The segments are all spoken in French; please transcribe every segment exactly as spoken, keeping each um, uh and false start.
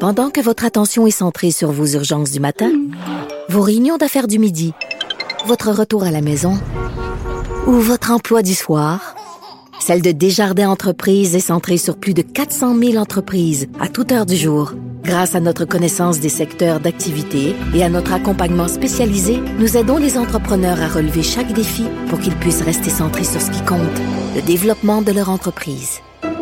Pendant que votre attention est centrée sur vos urgences du matin, vos réunions d'affaires du midi, votre retour à la maison ou votre emploi du soir, celle de Desjardins Entreprises est centrée sur plus de quatre cent mille entreprises à toute heure du jour. Grâce à notre connaissance des secteurs d'activité et à notre accompagnement spécialisé, nous aidons les entrepreneurs à relever chaque défi pour qu'ils puissent rester centrés sur ce qui compte, le développement de leur entreprise.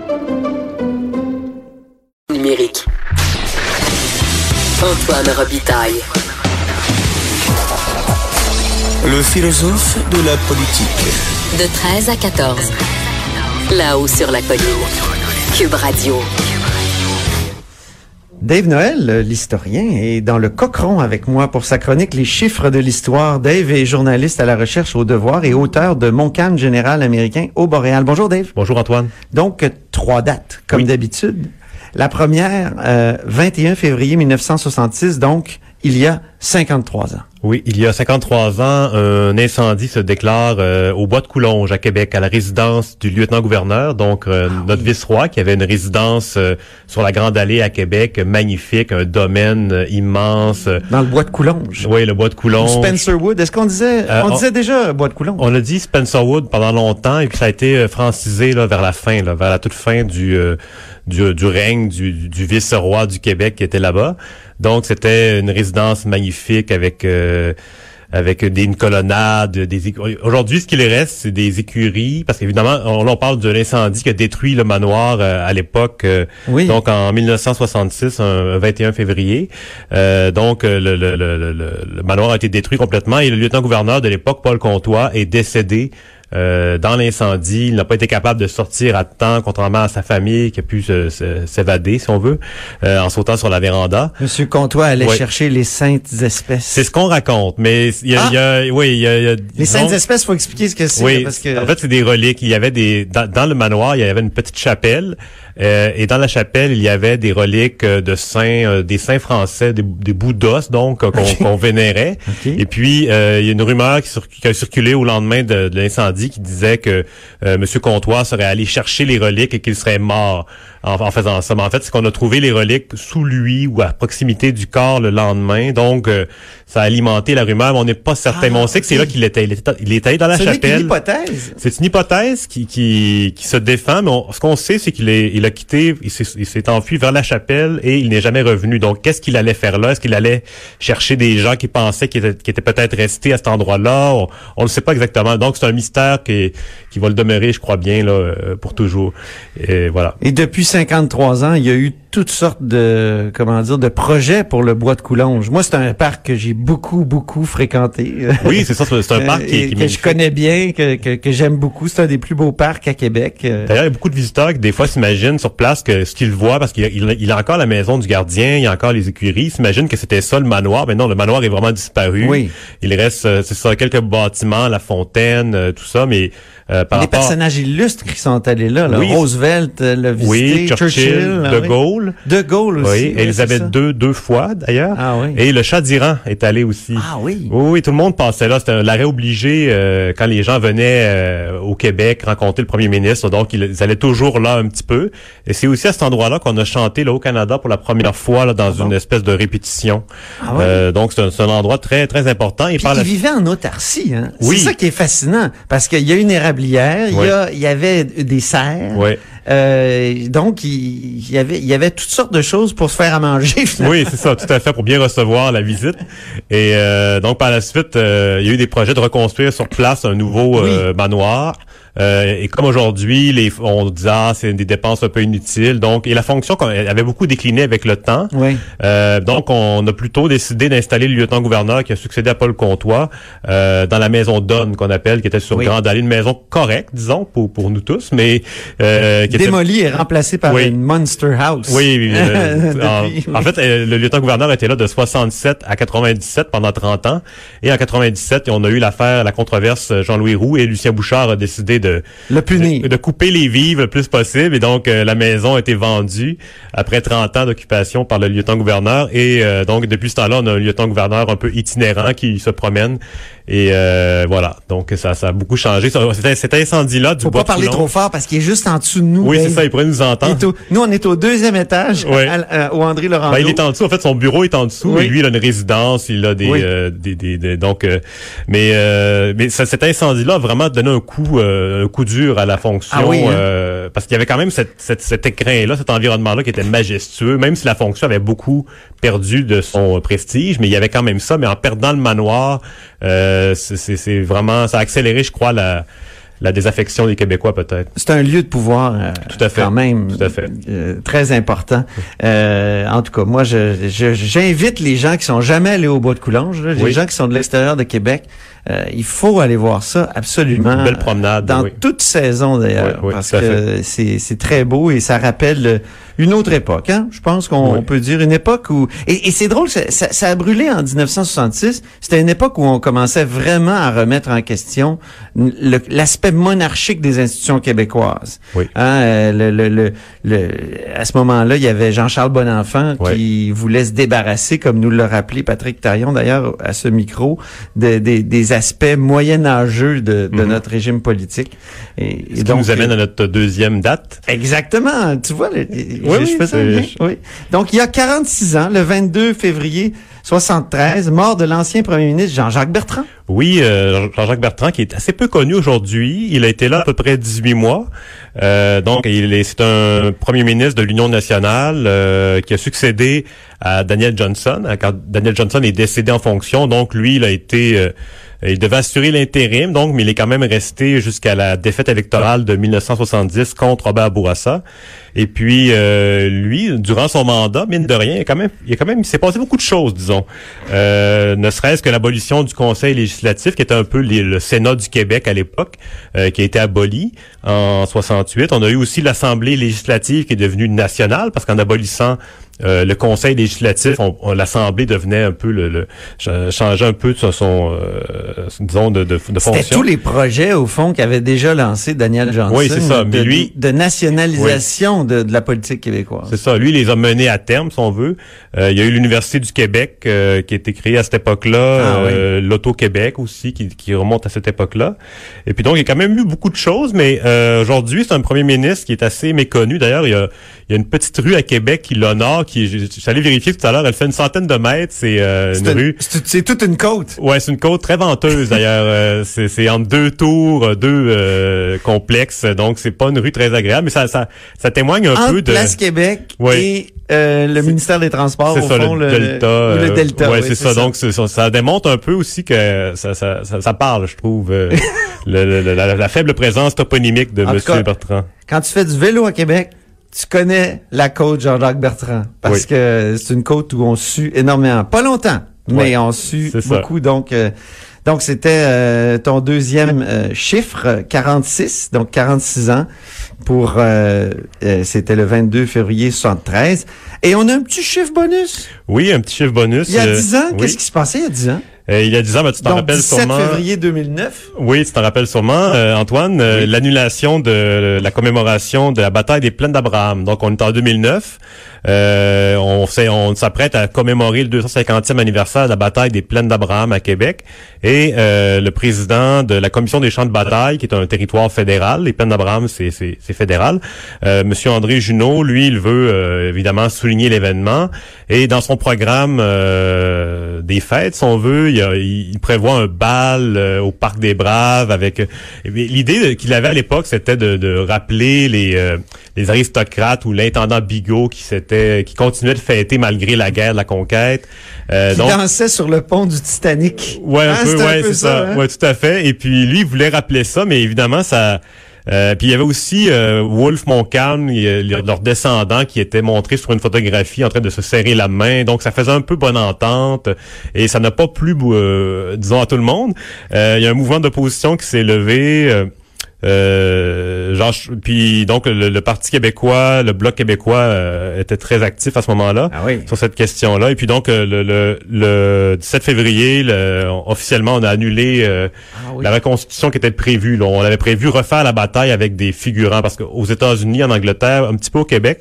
Numérique. Antoine Robitaille. Le philosophe de la politique. De treize à quatorze. Là-haut sur la colline. Cube Radio. Dave Noël, l'historien, est dans le cochon avec moi pour sa chronique Les chiffres de l'histoire. Dave est journaliste à la recherche au Devoir et auteur de Montcalm général américain au Boréal. Bonjour Dave. Bonjour Antoine. Donc, trois dates, comme oui. d'habitude. La première, euh, vingt et un février mille neuf cent soixante-six, donc il y a cinquante-trois ans. Oui, il y a cinquante-trois ans, un incendie se déclare euh, au Bois de Coulonges à Québec, à la résidence du lieutenant-gouverneur, donc euh, ah, notre oui. vice-roi, qui avait une résidence euh, sur la Grande Allée à Québec, magnifique, un domaine euh, immense. Dans le Bois de Coulonges. Oui, le Bois de Coulonges. Ou Spencerwood. Est-ce qu'on disait, euh, on, on disait déjà Bois de Coulonges? On a dit Spencerwood pendant longtemps, et puis ça a été euh, francisé là vers la fin, là, vers la toute fin du euh, du, du règne du, du vice-roi du Québec qui était là-bas. Donc c'était une résidence magnifique avec euh, avec des une colonnade, des écu- aujourd'hui ce qu'il reste c'est des écuries parce qu'évidemment on, on parle de l'incendie qui a détruit le manoir euh, à l'époque euh, oui. donc en mille neuf cent soixante-six, un vingt et un février. Euh, donc le, le, le, le, le manoir a été détruit complètement et le lieutenant-gouverneur de l'époque Paul Comtois est décédé Euh, dans l'incendie. Il n'a pas été capable de sortir à temps, contrairement à sa famille qui a pu se, se, s'évader, si on veut, euh, en sautant sur la véranda. Monsieur Comtois allait ouais. chercher les saintes espèces. C'est ce qu'on raconte, mais il y a, ah! il y a oui, il y a, il y a les disons, saintes espèces, faut expliquer ce que c'est. Oui, parce que... en fait, c'est des reliques. Il y avait des dans, dans le manoir, il y avait une petite chapelle, euh, et dans la chapelle, il y avait des reliques de saints, euh, des saints français, des, des bouts d'os, donc qu'on, okay. qu'on vénérait. Okay. Et puis, euh, il y a une rumeur qui, sur, qui a circulé au lendemain de, de l'incendie qui disait que euh, Monsieur Comtois serait allé chercher les reliques et qu'il serait mort en, en faisant ça. Mais en fait, c'est qu'on a trouvé les reliques sous lui ou à proximité du corps le lendemain. Donc, euh, ça a alimenté la rumeur, mais on n'est pas certain. Ah, mais on sait okay. que c'est là qu'il était. Il était, il était allé dans la c'est chapelle. C'est une hypothèse. C'est une hypothèse qui qui, qui se défend, mais on, ce qu'on sait, c'est qu'il est, il a quitté, il s'est, il s'est enfui vers la chapelle et il n'est jamais revenu. Donc, qu'est-ce qu'il allait faire là? Est-ce qu'il allait chercher des gens qui pensaient qu'ils étaient, qu'ils étaient peut-être restés à cet endroit-là? On, on ne sait pas exactement. Donc, c'est un mystère qui, qui va le demeurer, je crois bien, là, pour toujours. Et voilà. Et depuis cinquante-trois ans, il y a eu toutes sortes de, comment dire, de projets pour le Bois de Coulonges. Moi, c'est un parc que j'ai beaucoup, beaucoup fréquenté. Oui, c'est ça. C'est un parc qui, qui que je connais bien, que, que, que j'aime beaucoup. C'est un des plus beaux parcs à Québec. D'ailleurs, il y a beaucoup de visiteurs qui, des fois, s'imaginent sur place que ce qu'ils voient, parce qu'il a, il, il a encore la maison du gardien, il y a encore les écuries, ils s'imaginent que c'était ça le manoir. Mais non, le manoir est vraiment disparu. Oui. Il reste, c'est ça, quelques bâtiments, la fontaine, tout ça, mais Euh, par les rapport... personnages illustres qui sont allés là, là. Oui. Roosevelt l'a visité, oui, Churchill, Churchill, De Gaulle. De Gaulle aussi. Oui, oui, Élisabeth deux, deux fois d'ailleurs. Ah oui. Et le Shah d'Iran est allé aussi. Ah oui. Oui, oui, tout le monde passait là. C'était un l'arrêt obligé euh, quand les gens venaient euh, au Québec rencontrer le premier ministre. Donc, ils, ils allaient toujours là un petit peu. Et c'est aussi à cet endroit-là qu'on a chanté là au Canada pour la première fois là dans ah une bon? espèce de répétition. Ah oui. Euh, donc, c'est un, c'est un endroit très, très important. Et Puis par il la... vivait en autarcie, hein. Oui. C'est ça qui est fascinant. Parce qu'il y a une érablière, il oui. y a il y avait des serres. Oui. Euh, donc, il, il y avait il y avait toutes sortes de choses pour se faire à manger. Finalement. Oui, c'est ça, tout à fait, pour bien recevoir la visite. Et euh, donc, par la suite, euh, il y a eu des projets de reconstruire sur place un nouveau euh, oui. manoir. Euh, et comme aujourd'hui, les, on dit ah, c'est des dépenses un peu inutiles. Donc, et la fonction elle avait beaucoup décliné avec le temps. Oui. Euh, donc, on a plutôt décidé d'installer le lieutenant-gouverneur qui a succédé à Paul Comtois euh, dans la maison Donne qu'on appelle, qui était sur oui. Grande Allée, une maison correcte, disons, pour pour nous tous, mais euh, qui démolie était... et remplacée par oui. une Monster House. Oui. Euh, en, en fait, le lieutenant-gouverneur était là de soixante-sept à quatre-vingt-dix-sept pendant trente ans, et en quatre-vingt-dix-sept, on a eu l'affaire, la controverse Jean-Louis Roux, et Lucien Bouchard a décidé de De, le punir. De, de couper les vives le plus possible. Et donc, euh, la maison a été vendue après trente ans d'occupation par le lieutenant-gouverneur. Et euh, donc, depuis ce temps-là, on a un lieutenant-gouverneur un peu itinérant qui se promène Et euh, voilà, donc ça, ça a beaucoup changé. C'était cet incendie-là du Faut bois pas parler Coulon. trop fort parce qu'il est juste en dessous de nous. Oui, Dave. c'est ça, il pourrait nous entendre. Au, nous, on est au deuxième étage Oui. à, à, où André Laurando. Ben, il est en dessous. En fait, son bureau est en dessous. Oui. Et lui, il a une résidence. Il a des, Oui. euh, des, des, des- donc, euh, mais, euh, mais ça, cet incendie-là a vraiment donné un coup, euh, un coup dur à la fonction, Ah oui, hein? euh, parce qu'il y avait quand même cette, cette, cet écrin-là, cet environnement-là qui était majestueux, même si la fonction avait beaucoup perdu de son prestige, mais il y avait quand même ça. Mais en perdant le manoir, euh, c'est, c'est, c'est vraiment, ça a accéléré, je crois, la la désaffection des Québécois, peut-être. C'est un lieu de pouvoir euh, Tout à fait. quand même Tout à fait. euh, très important. Euh, en tout cas, moi, je, je- j'invite les gens qui sont jamais allés au Bois de Coulanges, là, les Oui. gens qui sont de l'extérieur de Québec, euh, il faut aller voir ça absolument. Une belle promenade, Dans oui. toute saison d'ailleurs, Oui, oui, parce tout à que c'est, c'est très beau et ça rappelle euh, une autre époque. Hein? Je pense qu'on Oui. on peut dire une époque où... Et, et c'est drôle, ça, ça, ça a brûlé en dix-neuf cent soixante-six. C'était une époque où on commençait vraiment à remettre en question le- l'aspect monarchique des institutions québécoises. Oui. Hein, euh, le, le, le, le- à ce moment-là, il y avait Jean-Charles Bonenfant Ouais. qui voulait se débarrasser, comme nous l'a rappelé Patrick Taillon d'ailleurs à ce micro, de, des- des aspects moyenâgeux de, de Mhm. notre régime politique. Et, Ce et qui nous amène à notre deuxième date. Exactement, tu vois, le, je, oui, je fais ça c'est- bien, oui. Donc, il y a quarante-six ans, le vingt-deux février soixante-treize, mort de l'ancien premier ministre Jean-Jacques Bertrand. Oui, euh, Jean-Jacques Bertrand, qui est assez peu connu aujourd'hui. Il a été là à peu près dix-huit mois. Euh, donc, il est, c'est un premier ministre de l'Union nationale euh, qui a succédé à Daniel Johnson. Quand Daniel Johnson est décédé en fonction, donc lui, il a été... Euh, il devait assurer l'intérim, donc, mais il est quand même resté jusqu'à la défaite électorale de mille neuf cent soixante-dix contre Robert Bourassa. Et puis, euh, lui, durant son mandat, mine de rien, il a quand même, il a quand même, il s'est passé beaucoup de choses, disons. Euh, ne serait-ce que l'abolition du Conseil législatif, qui était un peu les- le Sénat du Québec à l'époque, euh, qui a été aboli en soixante-huit. On a eu aussi l'Assemblée législative qui est devenue nationale, parce qu'en abolissant Euh, le Conseil législatif, on, on, l'Assemblée devenait un peu le, le changeait un peu de son, euh, disons, de, de, de fonction. C'était tous les projets, au fond, qu'avait déjà lancé Daniel Johnson. Oui, c'est ça. De, Mais lui, de nationalisation oui. de, de la politique québécoise. C'est ça. Lui, il les a menés à terme, si on veut. Euh, il y a eu l'Université du Québec euh, qui a été créée à cette époque-là, ah, euh, oui. l'Auto-Québec aussi, qui, qui remonte à cette époque-là. Et puis donc, il y a quand même eu beaucoup de choses, mais euh, aujourd'hui, c'est un premier ministre qui est assez méconnu. D'ailleurs, il y a, il y a une petite rue à Québec qui l'honore, qui j'allais vérifier tout à l'heure, elle fait une centaine de mètres, c'est euh, une, une rue. C'est, c'est toute une côte. Ouais, c'est une côte très venteuse d'ailleurs. euh, c'est, c'est entre deux tours, deux euh, complexes, donc c'est pas une rue très agréable, mais ça, ça, ça témoigne un entre peu de Place Québec ouais. et euh, le c'est, ministère des Transports. C'est au ça, fond, le, le Delta. Le, euh, le Delta. Ouais, oui, c'est, c'est ça. ça. Donc c'est, ça, ça démontre un peu aussi que ça, ça, ça, ça parle, je trouve, euh, le, le, la, la faible présence toponymique de M. Bertrand. Quand tu fais du vélo à Québec, tu connais la côte Jean-Jacques Bertrand parce oui. que c'est une côte où on sue énormément. Pas longtemps, mais ouais, on sue beaucoup. Ça. Donc, euh, donc c'était euh, ton deuxième euh, chiffre, quarante-six, donc quarante-six ans. Pour euh, euh, c'était le vingt-deux février soixante-treize. Et on a un petit chiffre bonus. Oui, un petit chiffre bonus. Il y a dix ans, euh, qu'est-ce oui. qui se passait il y a dix ans? Euh, il y a dix ans, ben, tu t'en Donc, rappelles dix-sept sûrement. février deux mille neuf. Oui, tu t'en rappelles sûrement, euh, Antoine, euh, oui. l'annulation de la commémoration de la bataille des Plaines d'Abraham. Donc, on est en deux mille neuf. Euh, on, on s'apprête à commémorer le deux cent cinquantième anniversaire de la bataille des Plaines d'Abraham à Québec. Et euh, le président de la commission des champs de bataille, qui est un territoire fédéral, les Plaines d'Abraham, c'est, c'est, c'est fédéral, euh, Monsieur André Junot, lui, il veut euh, évidemment souligner l'événement. Et dans son programme euh, des fêtes, si on veut, il, a, il prévoit un bal euh, au Parc des Braves avec... Euh, l'idée qu'il avait à l'époque, c'était de, de rappeler les, euh, les aristocrates ou l'intendant Bigot qui s'était, qui continuait de fêter malgré la guerre de la conquête. Euh, qui donc, dansait sur le pont du Titanic. Ouais, un hein, peu, ouais, un peu c'est ça. ça. Hein? Ouais, tout à fait. Et puis lui, il voulait rappeler ça, mais évidemment, ça... Euh, puis il y avait aussi euh, Wolfe Montcalm, leur descendant, qui était montré sur une photographie en train de se serrer la main. Donc ça faisait un peu bonne entente et ça n'a pas plu, euh, disons, à tout le monde. Euh, il y a un mouvement d'opposition qui s'est levé. Euh, Euh, genre, puis donc le, le Parti québécois, le Bloc québécois euh, était très actif à ce moment-là ah oui. sur cette question-là. Et puis donc le, le, le dix-sept février, le, officiellement, on a annulé euh, ah oui. la reconstitution qui était prévue. Là. On avait prévu refaire la bataille avec des figurants parce qu'aux États-Unis, en Angleterre, un petit peu au Québec,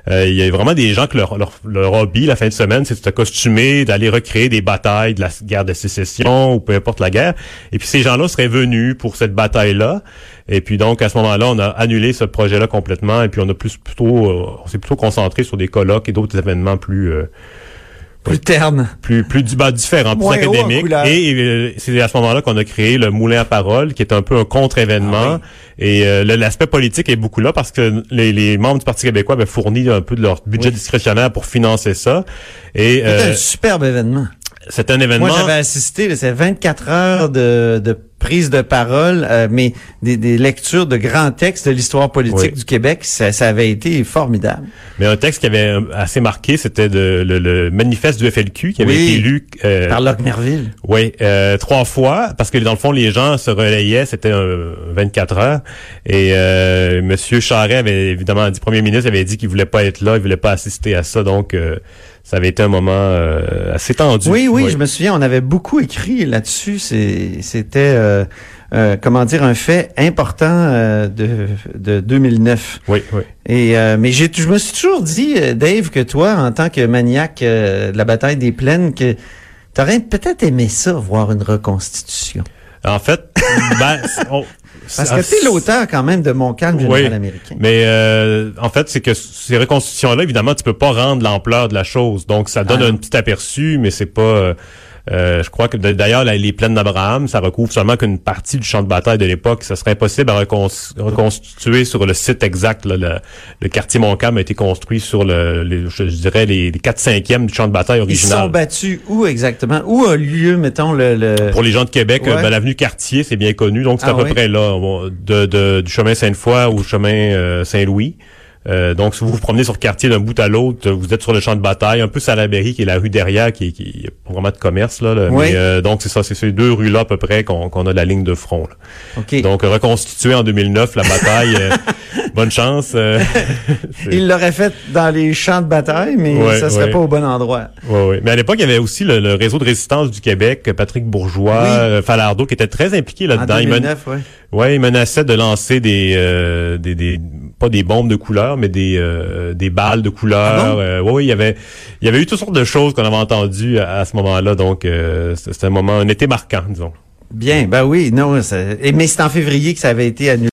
Euh, il y a vraiment des gens que leur, leur, leur hobby, la fin de semaine, c'est de se costumer, d'aller recréer des batailles de la guerre de sécession ou peu importe la guerre. Et puis ces gens-là seraient venus pour cette bataille-là. Et puis donc, à ce moment-là, on a annulé ce projet-là complètement. Et puis on a plus plutôt, euh, on s'est plutôt concentré sur des colloques et d'autres événements plus... Euh, Plus terne. Plus, plus du bas différent, plus Moins académique. Et euh, c'est à ce moment-là qu'on a créé le Moulin à Parole, qui est un peu un contre-événement. Ah oui. Et euh, l'aspect politique est beaucoup là parce que les, les membres du Parti québécois avaient fourni un peu de leur budget oui. discrétionnaire pour financer ça. Et c'était euh, un superbe événement. C'était un événement. Moi, j'avais assisté, c'est vingt-quatre heures de, de prise de parole, euh, mais des, des lectures de grands textes de l'histoire politique oui. du Québec. Ça, ça avait été formidable. Mais un texte qui avait assez marqué, c'était de, le, le manifeste du F L Q qui avait oui, été lu euh, par Locke Merville. Oui, euh, trois fois, parce que dans le fond, les gens se relayaient, c'était euh, vingt-quatre heures. Et euh, Monsieur Charest avait évidemment dit, Premier ministre avait dit qu'il voulait pas être là, il voulait pas assister à ça, donc euh, ça avait été un moment euh, assez tendu. Oui, oui, oui, je me souviens, on avait beaucoup écrit là-dessus. C'est, c'était, euh, euh, comment dire, un fait important euh, de, de deux mille neuf. Oui, oui. Et euh, mais j'ai, je me suis toujours dit, Dave, que toi, en tant que maniaque euh, de la bataille des Plaines, que t'aurais peut-être aimé ça, voir une reconstitution. En fait, ben, on, parce que t'es l'auteur quand même de Mon calme général oui, américain. Mais euh, en fait, c'est que ces reconstitutions-là, évidemment, tu peux pas rendre l'ampleur de la chose. Donc, ça donne ah. un petit aperçu, mais c'est pas... Euh, Euh, je crois que d'ailleurs les plaines d'Abraham, ça recouvre seulement qu'une partie du champ de bataille de l'époque. Ça serait impossible à recon- reconstituer sur le site exact. Là, le, le quartier Montcalm a été construit sur le, les, je, je dirais les, les quatre cinquièmes du champ de bataille original. Ils sont battus où exactement? Où a lieu, mettons, le... le... Pour les gens de Québec, ouais. ben, l'avenue Cartier, c'est bien connu. Donc c'est ah, à peu oui. près là, de, de, du chemin Sainte-Foy au chemin euh, Saint-Louis. Euh, donc, si vous vous promenez sur le quartier d'un bout à l'autre, vous êtes sur le champ de bataille, un peu Salaberry, qui est la rue derrière, qui, qui, qui est pas vraiment de commerce, là. là. Oui. Mais, euh, donc, c'est ça, c'est ces deux rues-là, à peu près, qu'on, qu'on a la ligne de front, là. Okay. Donc, reconstituer en deux mille neuf la bataille, euh, bonne chance. Euh, il l'aurait fait dans les champs de bataille, mais ouais, ça serait ouais. pas au bon endroit. Oui, oui. Mais à l'époque, il y avait aussi le, le réseau de résistance du Québec, Patrick Bourgeois, oui. euh, Falardeau, qui était très impliqué là-dedans. En deux mille neuf, oui. Ouais, il menaçait de lancer des, euh, des, des, pas des bombes de couleur, mais des, euh, des balles de couleur. Ah bon? euh, ouais, il y avait, il y avait eu toutes sortes de choses qu'on avait entendues à, à ce moment-là. Donc, euh, c'était un moment, un été marquant, disons. Bien, ben oui, non, ça, mais c'est en février que ça avait été annulé.